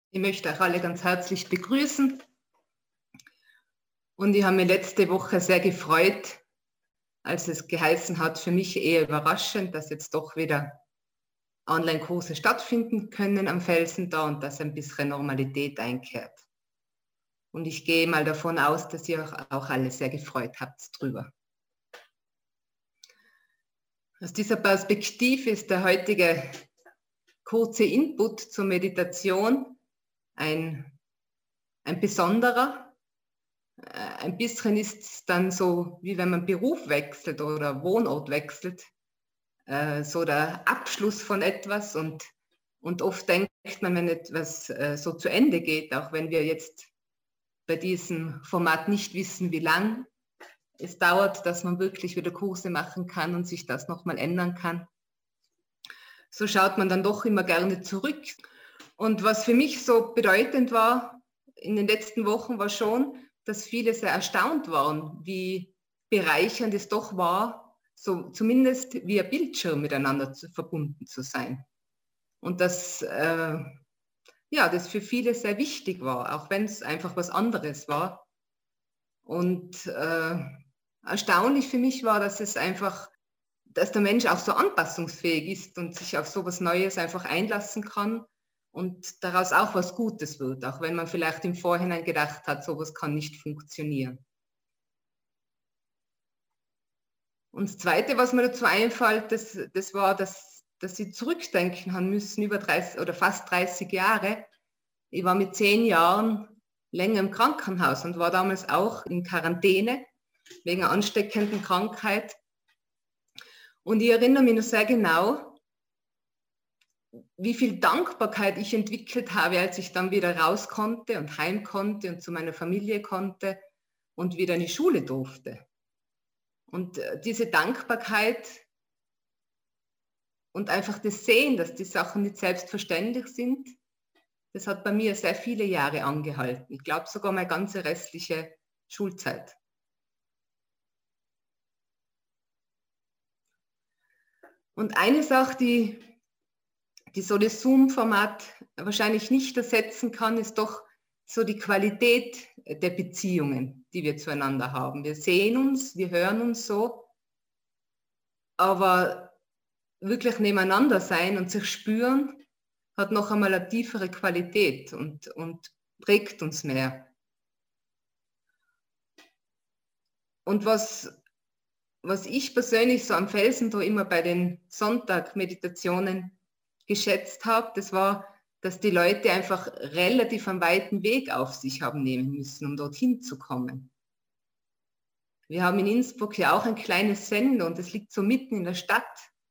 Ich möchte euch alle ganz herzlich begrüßen und ich habe mich letzte Woche sehr gefreut, als es geheißen hat, für mich eher überraschend, dass jetzt doch wieder Online-Kurse stattfinden können am Felsen und dass ein bisschen Normalität einkehrt. Und ich gehe mal davon aus, dass ihr euch auch alle sehr gefreut habt drüber. Aus dieser Perspektive ist der heutige kurze Input zur Meditation ein besonderer. Ein bisschen ist es dann so, wie wenn man Beruf wechselt oder Wohnort wechselt, so der Abschluss von etwas und oft denkt man, wenn etwas so zu Ende geht, auch wenn wir jetzt bei diesem Format nicht wissen, wie lang es dauert, dass man wirklich wieder Kurse machen kann und sich das nochmal ändern kann. So schaut man dann doch immer gerne zurück. Und was für mich so bedeutend war in den letzten Wochen, war schon, dass viele sehr erstaunt waren, wie bereichernd es doch war, so zumindest via Bildschirm miteinander verbunden zu sein. Und dass das für viele sehr wichtig war, auch wenn es einfach was anderes war. Und erstaunlich für mich war, dass der Mensch auch so anpassungsfähig ist und sich auf so was Neues einfach einlassen kann und daraus auch was Gutes wird, auch wenn man vielleicht im Vorhinein gedacht hat, sowas kann nicht funktionieren. Und das Zweite, was mir dazu einfällt, das war, dass sie zurückdenken haben müssen, über 30 oder fast 30 Jahre. Ich war mit 10 Jahren länger im Krankenhaus und war damals auch in Quarantäne wegen einer ansteckenden Krankheit. Und ich erinnere mich noch sehr genau, wie viel Dankbarkeit ich entwickelt habe, als ich dann wieder raus konnte und heim konnte und zu meiner Familie konnte und wieder in die Schule durfte. Und diese Dankbarkeit und einfach das Sehen, dass die Sachen nicht selbstverständlich sind, das hat bei mir sehr viele Jahre angehalten. Ich glaube sogar meine ganze restliche Schulzeit. Und eine Sache, die so das Zoom-Format wahrscheinlich nicht ersetzen kann, ist doch so die Qualität der Beziehungen, die wir zueinander haben. Wir sehen uns, wir hören uns so, aber wirklich nebeneinander sein und sich spüren, hat noch einmal eine tiefere Qualität und prägt uns mehr. Und was ich persönlich so am Felsen da immer bei den Sonntagmeditationen geschätzt habe, das war, dass die Leute einfach relativ einen weiten Weg auf sich haben nehmen müssen, um dorthin zu kommen. Wir haben in Innsbruck ja auch ein kleines Sender und es liegt so mitten in der Stadt.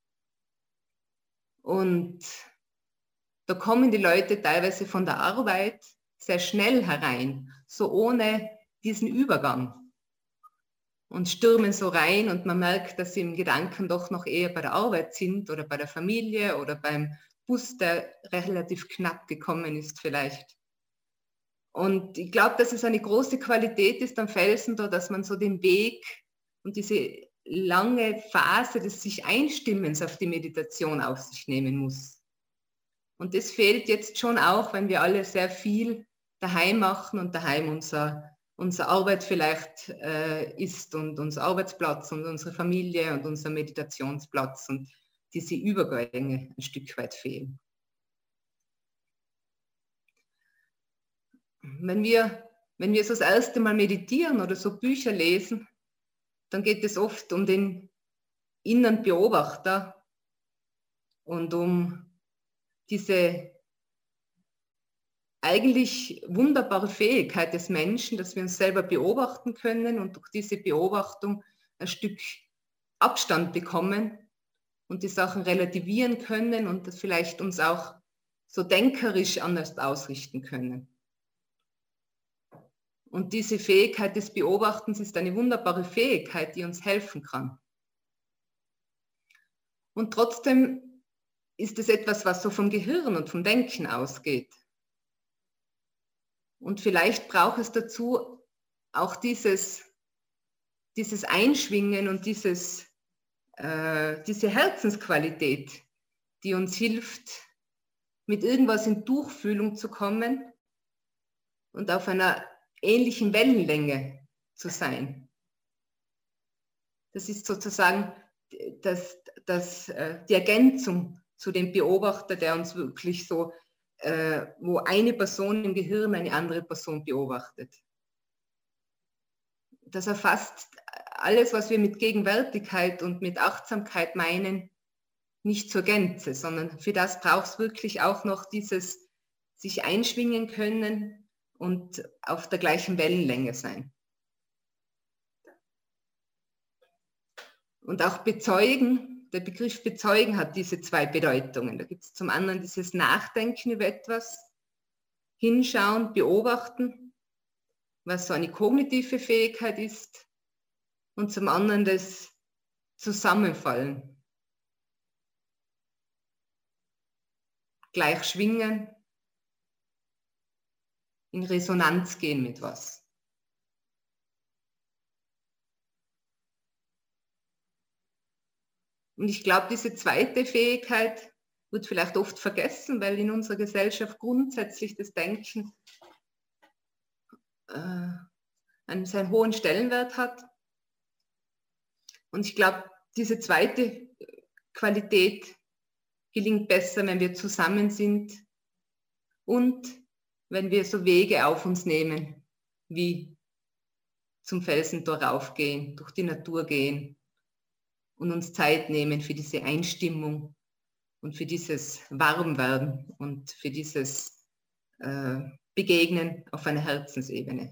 Und da kommen die Leute teilweise von der Arbeit sehr schnell herein, so ohne diesen Übergang. Und stürmen so rein und man merkt, dass sie im Gedanken doch noch eher bei der Arbeit sind oder bei der Familie oder beim Bus, der relativ knapp gekommen ist vielleicht. Und ich glaube, dass es eine große Qualität ist am Felsen da, dass man so den Weg und diese lange Phase des sich Einstimmens auf die Meditation auf sich nehmen muss. Und das fehlt jetzt schon auch, wenn wir alle sehr viel daheim machen und daheim unsere Arbeit vielleicht ist und unser Arbeitsplatz und unsere Familie und unser Meditationsplatz und diese Übergänge ein Stück weit fehlen. Wenn wir so das erste Mal meditieren oder so Bücher lesen, dann geht es oft um den inneren Beobachter und um diese eigentlich wunderbare Fähigkeit des Menschen, dass wir uns selber beobachten können und durch diese Beobachtung ein Stück Abstand bekommen und die Sachen relativieren können und das vielleicht uns auch so denkerisch anders ausrichten können. Und diese Fähigkeit des Beobachtens ist eine wunderbare Fähigkeit, die uns helfen kann. Und trotzdem ist es etwas, was so vom Gehirn und vom Denken ausgeht. Und vielleicht braucht es dazu auch dieses Einschwingen und diese Herzensqualität, die uns hilft, mit irgendwas in Durchfühlung zu kommen und auf einer ähnlichen Wellenlänge zu sein. Das ist sozusagen die Ergänzung zu dem Beobachter, der uns wirklich so, wo eine Person im Gehirn eine andere Person beobachtet. Das erfasst alles, was wir mit Gegenwärtigkeit und mit Achtsamkeit meinen, nicht zur Gänze, sondern für das braucht es wirklich auch noch dieses sich einschwingen können und auf der gleichen Wellenlänge sein. Und auch bezeugen, der Begriff bezeugen hat diese zwei Bedeutungen. Da gibt es zum anderen dieses Nachdenken über etwas, hinschauen, beobachten, was so eine kognitive Fähigkeit ist, und zum anderen das Zusammenfallen. Gleich schwingen, in Resonanz gehen mit was. Und ich glaube, diese zweite Fähigkeit wird vielleicht oft vergessen, weil in unserer Gesellschaft grundsätzlich das Denken einen sehr hohen Stellenwert hat. Und ich glaube, diese zweite Qualität gelingt besser, wenn wir zusammen sind und wenn wir so Wege auf uns nehmen, wie zum Felsentor raufgehen, durch die Natur gehen und uns Zeit nehmen für diese Einstimmung und für dieses Warmwerden und für dieses Begegnen auf einer Herzensebene.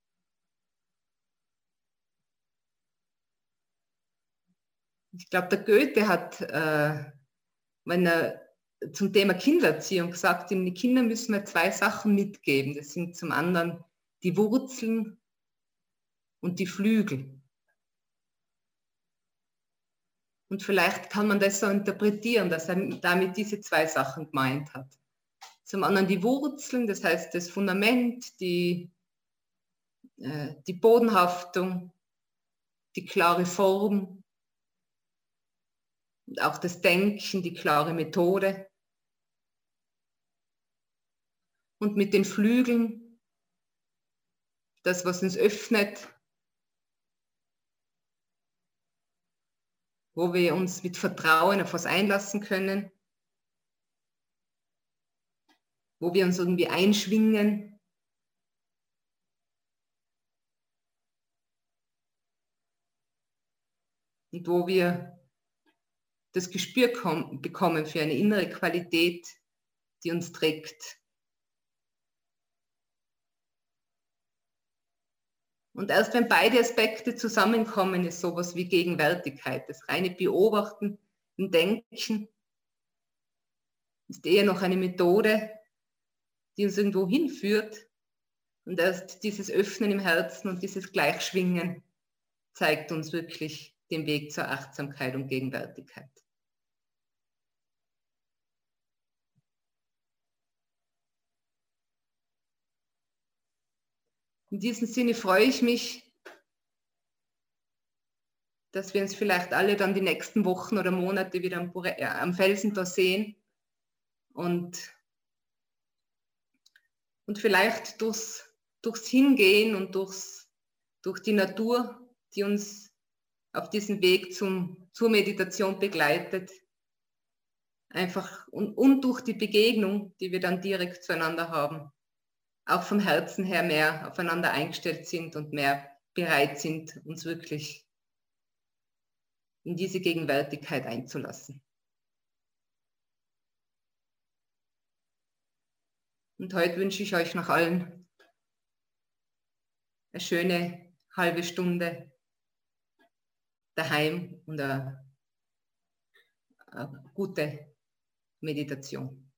Ich glaube, der Goethe hat, wenn er zum Thema Kindererziehung gesagt, den Kindern müssen wir zwei Sachen mitgeben. Das sind zum anderen die Wurzeln und die Flügel. Und vielleicht kann man das so interpretieren, dass er damit diese zwei Sachen gemeint hat. Zum anderen die Wurzeln, das heißt das Fundament, die Bodenhaftung, die klare Form und auch das Denken, die klare Methode. Und mit den Flügeln, das, was uns öffnet, wo wir uns mit Vertrauen auf was einlassen können, wo wir uns irgendwie einschwingen. Und wo wir das Gespür bekommen für eine innere Qualität, die uns trägt. Und erst wenn beide Aspekte zusammenkommen, ist sowas wie Gegenwärtigkeit. Das reine Beobachten und Denken ist eher noch eine Methode, die uns irgendwo hinführt. Und erst dieses Öffnen im Herzen und dieses Gleichschwingen zeigt uns wirklich den Weg zur Achtsamkeit und Gegenwärtigkeit. In diesem Sinne freue ich mich, dass wir uns vielleicht alle dann die nächsten Wochen oder Monate wieder am Felsentor sehen und vielleicht durchs Hingehen und durch die Natur, die uns auf diesem Weg zur Meditation begleitet, einfach und durch die Begegnung, die wir dann direkt zueinander haben, auch vom Herzen her mehr aufeinander eingestellt sind und mehr bereit sind, uns wirklich in diese Gegenwärtigkeit einzulassen. Und heute wünsche ich euch noch allen eine schöne halbe Stunde daheim und eine gute Meditation.